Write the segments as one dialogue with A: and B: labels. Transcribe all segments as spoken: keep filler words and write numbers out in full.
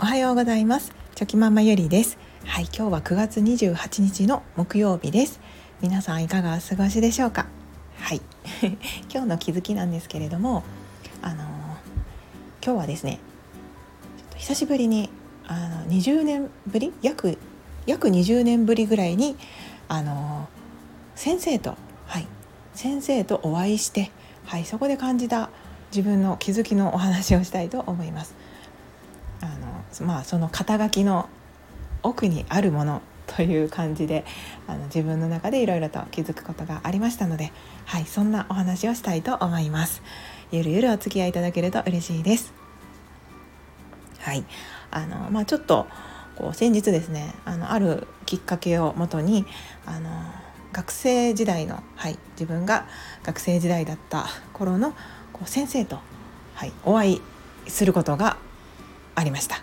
A: はようございます。チョキママゆりです。はい、今日はくがつにじゅうはちにちの木曜日です。皆さんいかがお過ごしでしょうか。はい今日の気づきなんですけれども、あのー、今日はですね、ちょっと久しぶりにあのにじゅうねんぶり約約にじゅうねんぶりぐらいにあのー、先生と、はい、先生とお会いして、はい、そこで感じた自分の気づきのお話をしたいと思います。あのまあ、その肩書きの奥にあるものという感じで、あの自分の中でいろいろと気づくことがありましたので、はい、そんなお話をしたいと思います。ゆるゆるお付き合いいただけると嬉しいです。はい、あの、まあ、ちょっとこう先日ですね、あのあるきっかけをもとにあの学生時代の、はい、自分が学生時代だった頃のこう先生と、はい、お会いすることがありました。はい、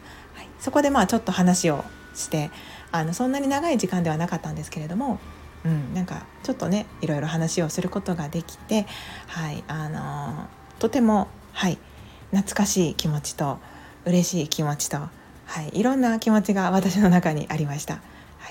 A: そこでまあちょっと話をして、あのそんなに長い時間ではなかったんですけれども、うん、なんかちょっとねいろいろ話をすることができて、はい、あのとても、はい、懐かしい気持ちと嬉しい気持ちと、はい、いろんな気持ちが私の中にありました。はい、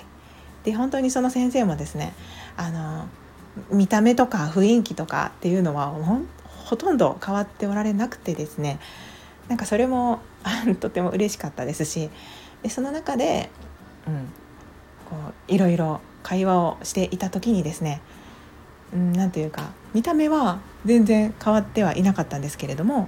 A: で本当にその先生もですね、あの見た目とか雰囲気とかっていうのはほ, ほとんど変わっておられなくてですね、なんかそれもとても嬉しかったですし、でその中で、うん、こういろいろ会話をしていた時にですね、うん、なんていうか見た目は全然変わってはいなかったんですけれども、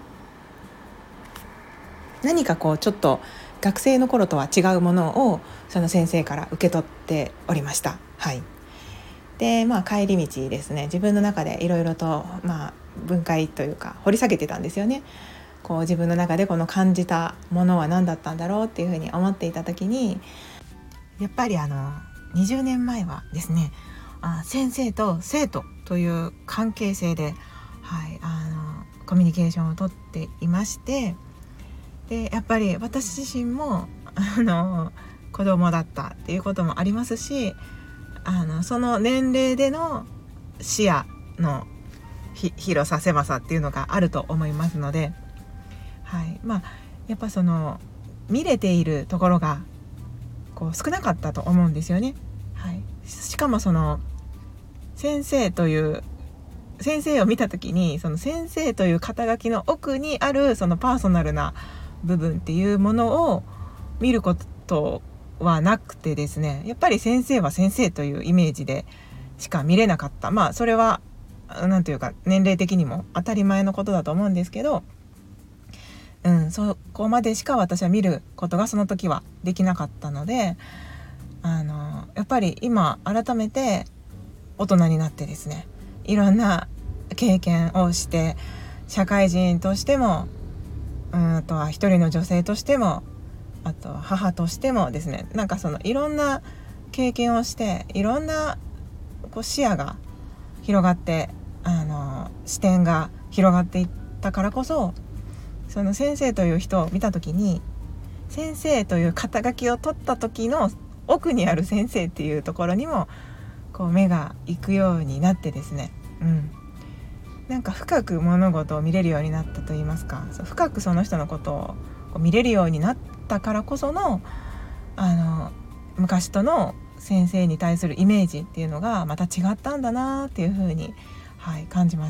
A: 何かこうちょっと学生の頃とは違うものをその先生から受け取っておりました。はい、でまあ帰り道ですね、自分の中でいろいろと、まあ、分解というか掘り下げてたんですよね。こう自分の中でこの感じたものは何だったんだろうっていうふうに思っていた時に、やっぱりあのにじゅうねんまえはですね、あ先生と生徒という関係性で、はい、あのコミュニケーションをとっていまして、でやっぱり私自身もあの子供だったっていうこともありますし、あのその年齢での視野の広さ狭さっていうのがあると思いますので、はい、まあやっぱその見れているところがこう少なかったと思うんですよね。はい、しかもその先生という先生を見た時に、その先生という肩書きの奥にあるそのパーソナルな部分っていうものを見ることはなくてですね、やっぱり先生は先生というイメージでしか見れなかった。まあそれはなんというか年齢的にも当たり前のことだと思うんですけど、うん、そこまでしか私は見ることがその時はできなかったので、あのやっぱり今改めて大人になってですね、いろんな経験をして社会人としても、うん、あとは一人の女性としても、あと母としてもですね、なんかそのいろんな経験をしていろんなこう視野が広がって、あの視点が広がっていったからこそ、その先生という人を見た時に、先生という肩書きを取った時の奥にある先生っていうところにもこう目が行くようになってですね、うん、なんか深く物事を見れるようになったと言いますか、そう深くその人のことをこう見れるようになったからこその、あの昔との先生に対するイメージっていうのがまた違ったんだなっていうふうに、はい、感じました。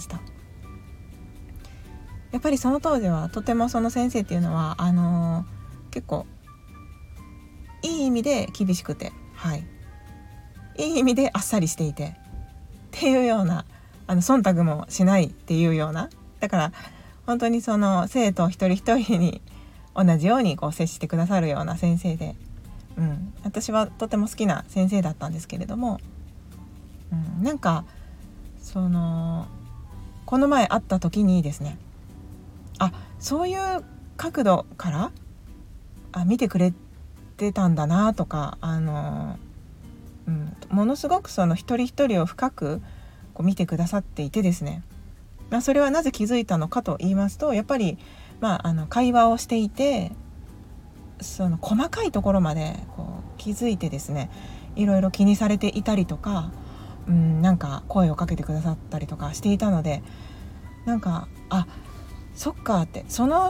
A: やっぱりその当時はとてもその先生っていうのはあのー、結構いい意味で厳しくて、はい、いい意味であっさりしていてっていうような、あの忖度もしないっていうような、だから本当にその生徒一人一人に同じようにこう接してくださるような先生で、うん、私はとても好きな先生だったんですけれども、うん、なんかそのこの前会った時にですね、あ、そういう角度からあ見てくれてたんだなとか、あの、うん、ものすごくその一人一人を深くこう見てくださっていてですね、まあ、それはなぜ気づいたのかと言いますと、やっぱり、まあ、あの会話をしていて、その細かいところまでこう気づいてですね、いろいろ気にされていたりとか、うん、なんか声をかけてくださったりとかしていたので、なんかあそっかって、その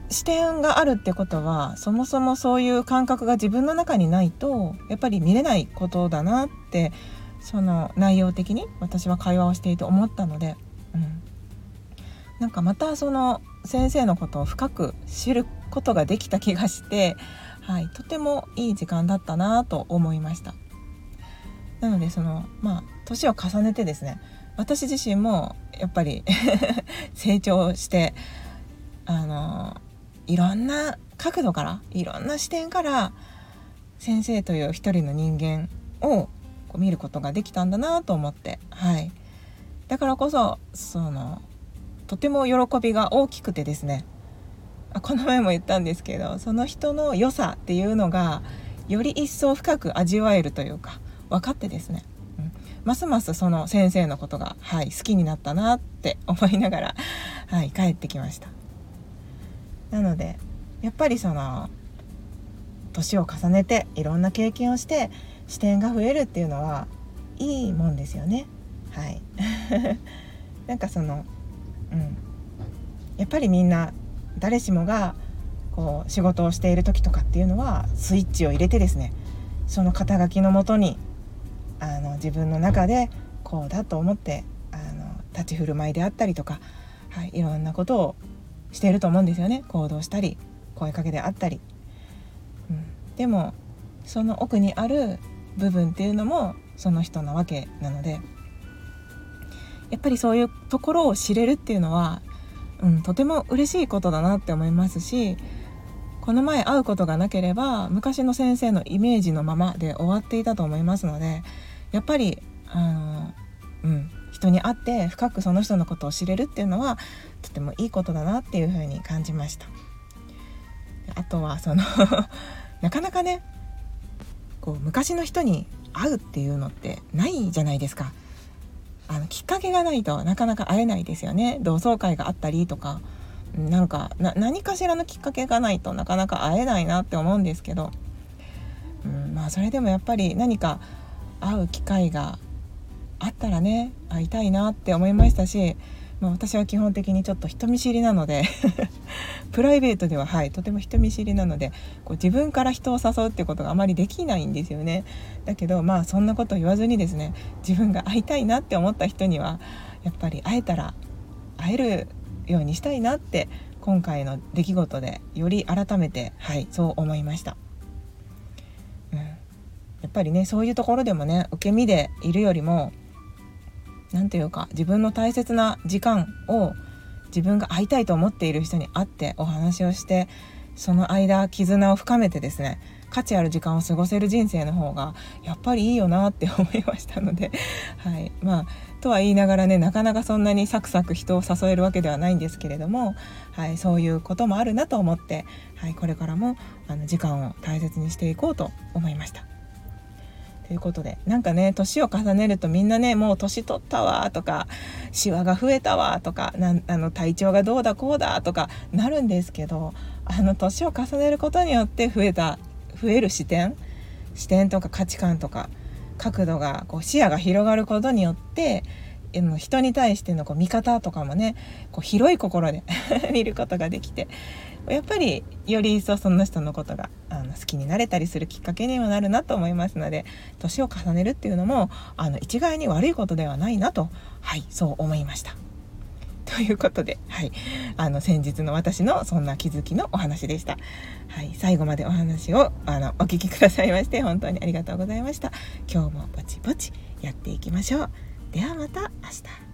A: 視点があるってことはそもそもそういう感覚が自分の中にないとやっぱり見れないことだなって、その内容的に私は会話をしていて思ったので、うん、なんかまたその先生のことを深く知ることができた気がして、はい、とてもいい時間だったなと思いました。なのでそのまあ年を重ねてですね、私自身もやっぱり成長して、あのいろんな角度からいろんな視点から先生という一人の人間をこう見ることができたんだなと思って、はい、だからこそそのとても喜びが大きくてですね、この前も言ったんですけど、その人の良さっていうのがより一層深く味わえるというか分かってですね、うん、ますますその先生のことが、はい、好きになったなって思いながら、はい、帰ってきました。なのでやっぱりその年を重ねていろんな経験をして視点が増えるっていうのはいいもんですよね。はいなんかその、うん、やっぱりみんな誰しもがこう仕事をしている時とかっていうのはスイッチを入れてですね、その肩書きのもとにあの自分の中でこうだと思ってあの立ち振る舞いであったりとか、はい、いろんなことをしていると思うんですよね。行動したり声かけであったり、うん、でもその奥にある部分っていうのもその人なわけなので、やっぱりそういうところを知れるっていうのは、うん、とても嬉しいことだなって思いますし、この前会うことがなければ昔の先生のイメージのままで終わっていたと思いますので、やっぱりあの、うん、人に会って深くその人のことを知れるっていうのはとてもいいことだなっていうふうに感じました。あとはそのなかなかねこう昔の人に会うっていうのってないじゃないですか。あのきっかけがないとなかなか会えないですよね。同窓会があったりとか、なんかな何かしらのきっかけがないとなかなか会えないなって思うんですけど、うん、まあそれでもやっぱり何か会う機会があったらね会いたいなって思いましたし、まあ、私は基本的にちょっと人見知りなのでプライベートでは、はい、とても人見知りなのでこう自分から人を誘うっていうことがあまりできないんですよね。だけどまあそんなこと言わずにですね、自分が会いたいなって思った人にはやっぱり会えたら会えるようにしたいなって今回の出来事でより改めて、はい、そう思いました。うん、やっぱりねそういうところでもね受け身でいるよりもなんていうか自分の大切な時間を自分が会いたいと思っている人に会ってお話をして、その間絆を深めてですね価値ある時間を過ごせる人生の方がやっぱりいいよなって思いましたので、はい、まあとは言いながらねなかなかそんなにサクサク人を誘えるわけではないんですけれども、はい、そういうこともあるなと思って、はい、これからもあの時間を大切にしていこうと思いました。ということでなんかね年を重ねるとみんなねもう年取ったわとかシワが増えたわとかなんあの体調がどうだこうだとかなるんですけど、あの年を重ねることによって増えた増える視点視点とか価値観とか角度がこう視野が広がることによって人に対してのこう見方とかもねこう広い心で見ることができて、やっぱりより一層その人のことがあの好きになれたりするきっかけにもなるなと思いますので、年を重ねるっていうのもあの一概に悪いことではないなと、はいそう思いました。ということで、はい、あの先日の私のそんな気づきのお話でした。はい、最後までお話をあのお聞きくださいまして本当にありがとうございました。今日もぼちぼちやっていきましょう。ではまた明日。